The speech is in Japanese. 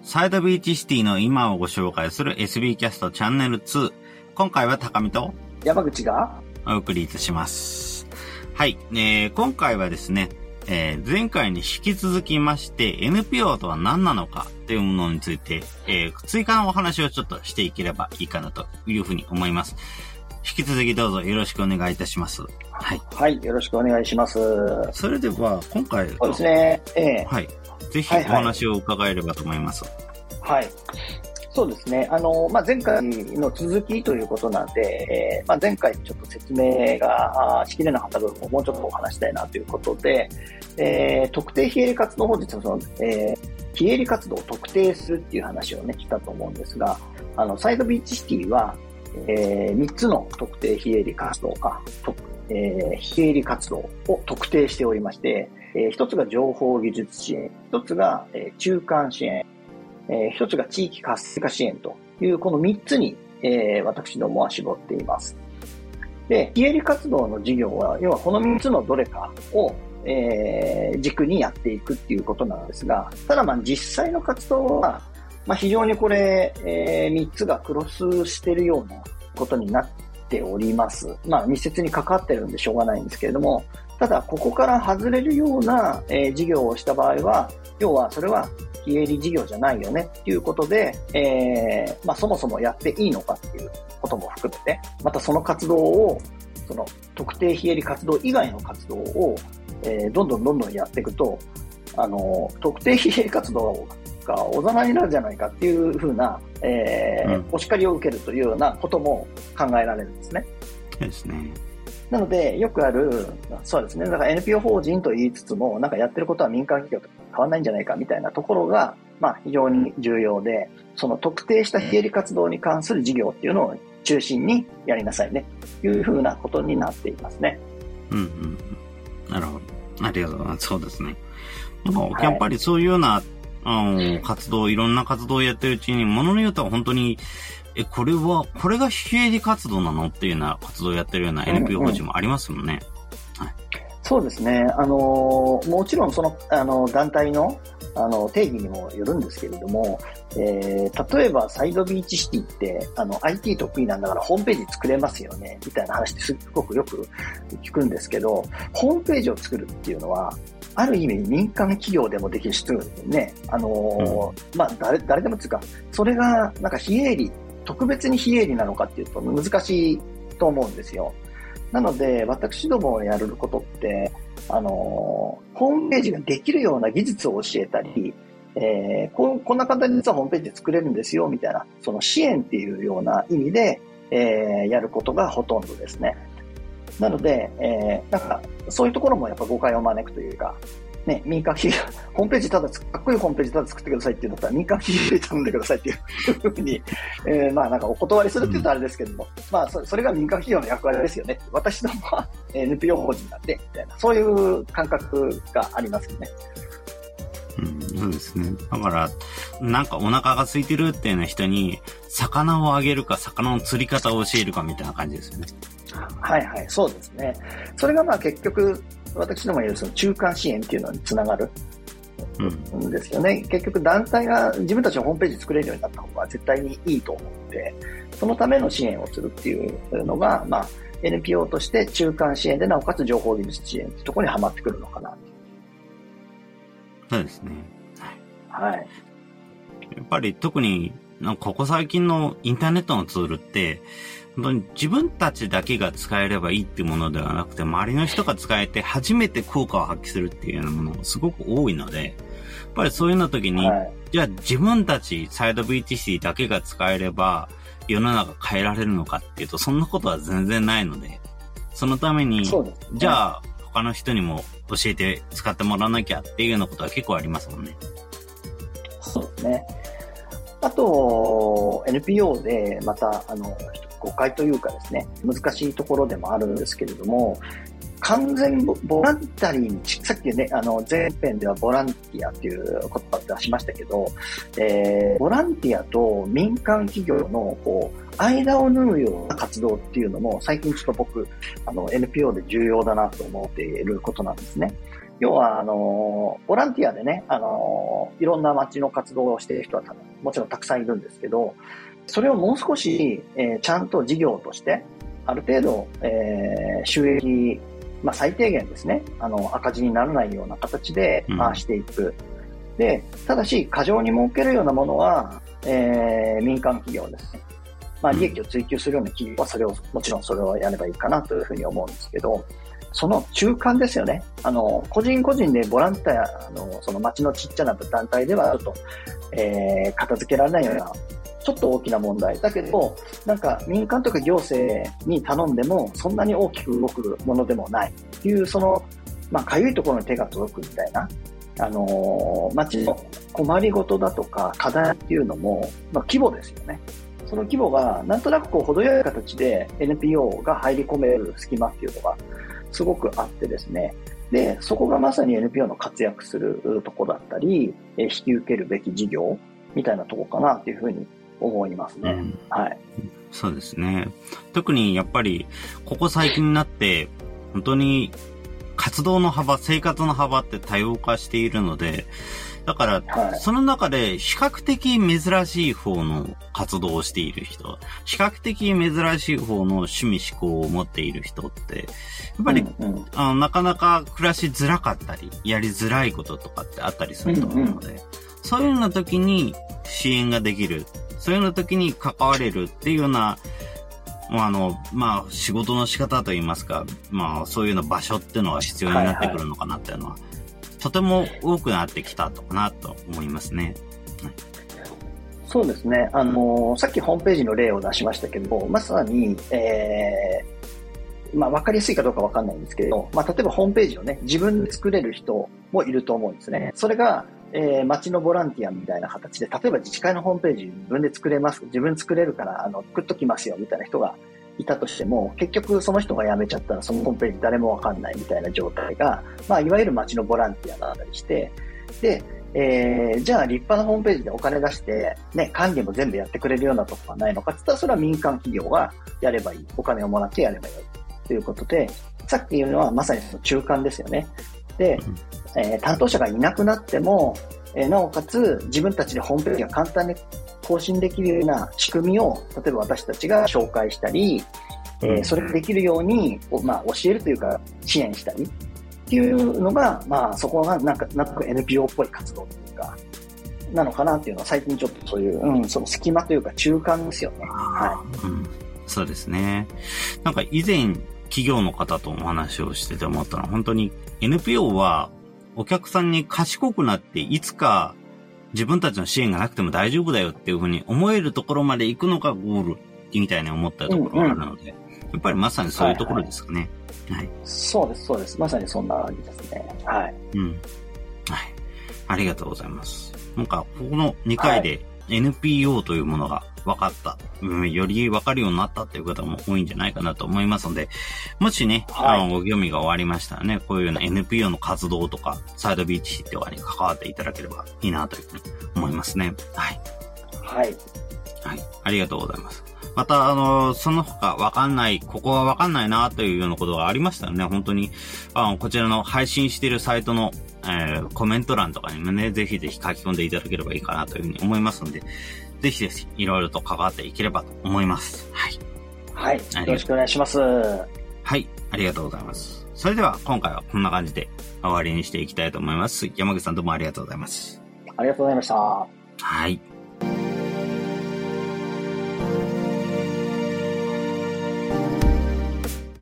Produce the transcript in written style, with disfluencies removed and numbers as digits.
サイドビーチシティの今をご紹介する SB キャストチャンネル2。今回は高見と山口がお送りいたします。はい、今回はですね、前回に引き続きまして NPO とは何なのかというものについて、追加のお話をちょっとしていければいいかなというふうに思います。引き続きどうぞよろしくお願いいたします。はい。 はい、よろしくお願いします。 それでは今回そうですね。 はい。ぜひお話を伺えればと思います。 はい。そうですね。前回の続きということなんで、前回ちょっと説明がしきれなかった部分をもうちょっとお話したいなということで、特定非営利活動法実は非営利活動を特定するっていう話をね、したと思うんですが、サイドビーチシティは、3つの特定非営利活動非営利活動を特定しておりまして、1つが情報技術支援、1つが、中間支援、1つが地域活性化支援というこの3つに、私どもは絞っています。で、非営利活動の事業は、要はこの3つのどれかを、軸にやっていくっていうことなんですが、ただ実際の活動は、非常にこれ、3つがクロスしているようなことになっております。密接に関わってるんでしょうがないんですけれども、ただここから外れるような、事業をした場合は、要はそれは非営利事業じゃないよねっていうことで、そもそもやっていいのかっていうことも含めて、またその活動を、その特定非営利活動以外の活動を、どんどんやっていくと、特定非営利活動がおざなりになるじゃないかっていうふうな、お叱りを受けるというようなことも考えられるんですね。 そうですね。 なので、よくある、そうですね。だから NPO 法人と言いつつも、やってることは民間企業と変わらないんじゃないかみたいなところが、非常に重要で、その特定した非営利活動に関する事業っていうのを中心にやりなさいね。というふうなことになっていますね。 なるほど。ありがとうございます。そうですね。やっぱりそういうような、活動、いろんな活動をやってるうちに、ものによっては本当に、これが非営利活動なのっていうような活動をやってるような NPO 法人もありますもんね。はい、 そうですね。もちろんその、団体の、定義にもよるんですけれども、例えばサイドビーチシティって、IT 得意なんだからホームページ作れますよね、みたいな話ってすごくよく聞くんですけど、ホームページを作るっていうのは、ある意味民間企業でもできるしね、誰でもっていうか、それが非営利、特別に非営利なのかっていうと難しいと思うんですよ。なので、私どもやることって、ホームページができるような技術を教えたり、こんな簡単に実はホームページ作れるんですよ、みたいな、その支援っていうような意味で、やることがほとんどですね。なので、そういうところもやっぱ誤解を招くというか、ね、民間企業、ホームページかっこいいホームページただ作ってくださいっていうんだったら民間企業に頼んでくださいっていうふうに、お断りするって言うとあれですけども、それが民間企業の役割ですよね。私どもは NPO 法人なんで、みたいな、そういう感覚がありますよね。 そうですね。だから、お腹が空いてるっていうような人に、魚をあげるか、魚の釣り方を教えるかみたいな感じですよね。 はいはい、そうですね。それが結局、私ども言うその中間支援っていうのにつながるんですよね。結局団体が自分たちのホームページ作れるようになった方が絶対にいいと思って、そのための支援をするっていうのが、NPO として中間支援でなおかつ情報技術支援っていうところにはまってくるのかな。 そうですね。 はい。 やっぱり特に、ここ最近のインターネットのツールって、本当に自分たちだけが使えればいいっていうものではなくて、周りの人が使えて初めて効果を発揮するっていうようなものがすごく多いので、やっぱりそういうの時に、じゃあ自分たちサイドビーチシティだけが使えれば世の中変えられるのかっていうと、そんなことは全然ないので、そのために、じゃあ他の人にも教えて使ってもらわなきゃっていうようなことは結構ありますもんね。 そうですね。あと、NPO でまた、誤解というかですね、難しいところでもあるんですけれども、完全ボランタリーに、さっきね、前編ではボランティアっていう言葉を出しましたけど、ボランティアと民間企業の、間を縫うような活動っていうのも、最近ちょっと僕、NPO で重要だなと思っていることなんですね。 要は、ボランティアでね、いろんな街の活動をしている人はもちろんたくさんいるんですけど、それをもう少し、ちゃんと事業として、ある程度、収益、最低限ですね、赤字にならないような形で回していく。で、ただし、過剰に儲けるようなものは、民間企業ですね。利益を追求するような企業はもちろんそれをやればいいかなというふうに思うんですけど、その中間ですよね。個人個人でボランティアその町のちっちゃな団体ではちょっと、片付けられないような、ちょっと大きな問題。だけど、なんか民間とか行政に頼んでも、そんなに大きく動くものでもない。っていう、かゆいところに手が届くみたいな、町の困りごとだとか課題っていうのも、規模ですよね。その規模が、なんとなく程よい形で NPO が入り込める隙間っていうのがすごくあってですね。で、そこがまさに NPO の活躍するとこだったり、引き受けるべき事業みたいなとこかなっていうふうに思いますね。はい。 そうですね。特にやっぱり、ここ最近になって、本当に活動の幅、生活の幅って多様化しているので、だから、その中で比較的珍しい方の活動をしている人、比較的珍しい方の趣味思考を持っている人って、やっぱり、なかなか暮らしづらかったり、やりづらいこととかってあったりすると思うので、そういうような時に支援ができる、そういうような時に関われるっていうような、仕事の仕方といいますか、そういうような場所っていうのが必要になってくるのかなっていうのは、とても多くなってきたのかなと思いますね。 そうですね。さっきホームページの例を出しましたけど、まさに、わかりやすいかどうかわかんないんですけど、例えばホームページをね、自分で作れる人もいると思うんですね。それが、町のボランティアみたいな形で、例えば自治会のホームページ自分で作れます、自分作れるから、作っときますよみたいな人がいたとしても、結局その人が辞めちゃったらそのホームページ誰もわかんないみたいな状態が、いわゆる町のボランティアだったりして、で、じゃあ立派なホームページでお金出して、ね、管理も全部やってくれるようなとこはないのかって言ったら、それは民間企業がやればいい。お金をもらってやればいい。ということで、さっき言うのはまさにその中間ですよね。で、担当者がいなくなっても、なおかつ自分たちでホームページが簡単に更新できるような仕組みを、例えば私たちが紹介したり、それができるように、教えるというか支援したりっていうのが、そこがなんか NPO っぽい活動というか、なのかなっていうのは最近ちょっとそういう、その隙間というか中間ですよね。はい。 そうですね。なんか以前企業の方とお話をしてて思ったのは、本当に NPO はお客さんに賢くなっていつか自分たちの支援がなくても大丈夫だよっていうふうに思えるところまで行くのがゴールみたいに思ったところがあるので、やっぱりまさにそういうところですかね。はい。 そうです、そうです。まさにそんな感じですね。はい。 はい。ありがとうございます。なんか、ここの2回で NPO というものが分かった、より分かるようになったっていう方も多いんじゃないかなと思いますので、もしね、ご興味が終わりましたらね、こういうような NPO の活動とか、サイドビーチとかに関わっていただければいいなというふうに思いますね。はい。 はい。 はい。ありがとうございます。また、その他ここは分かんないなというようなことがありましたらね、本当に、こちらの配信しているサイトの、コメント欄とかにもね、ぜひぜひ書き込んでいただければいいかなというふうに思いますので、ぜひぜひいろいろと関わっていければと思います。はい。 はい。よろしくお願いします。 はい。ありがとうございます。それでは今回はこんな感じで終わりにしていきたいと思います。山口さんどうもありがとうございます。 ありがとうございました。 はい。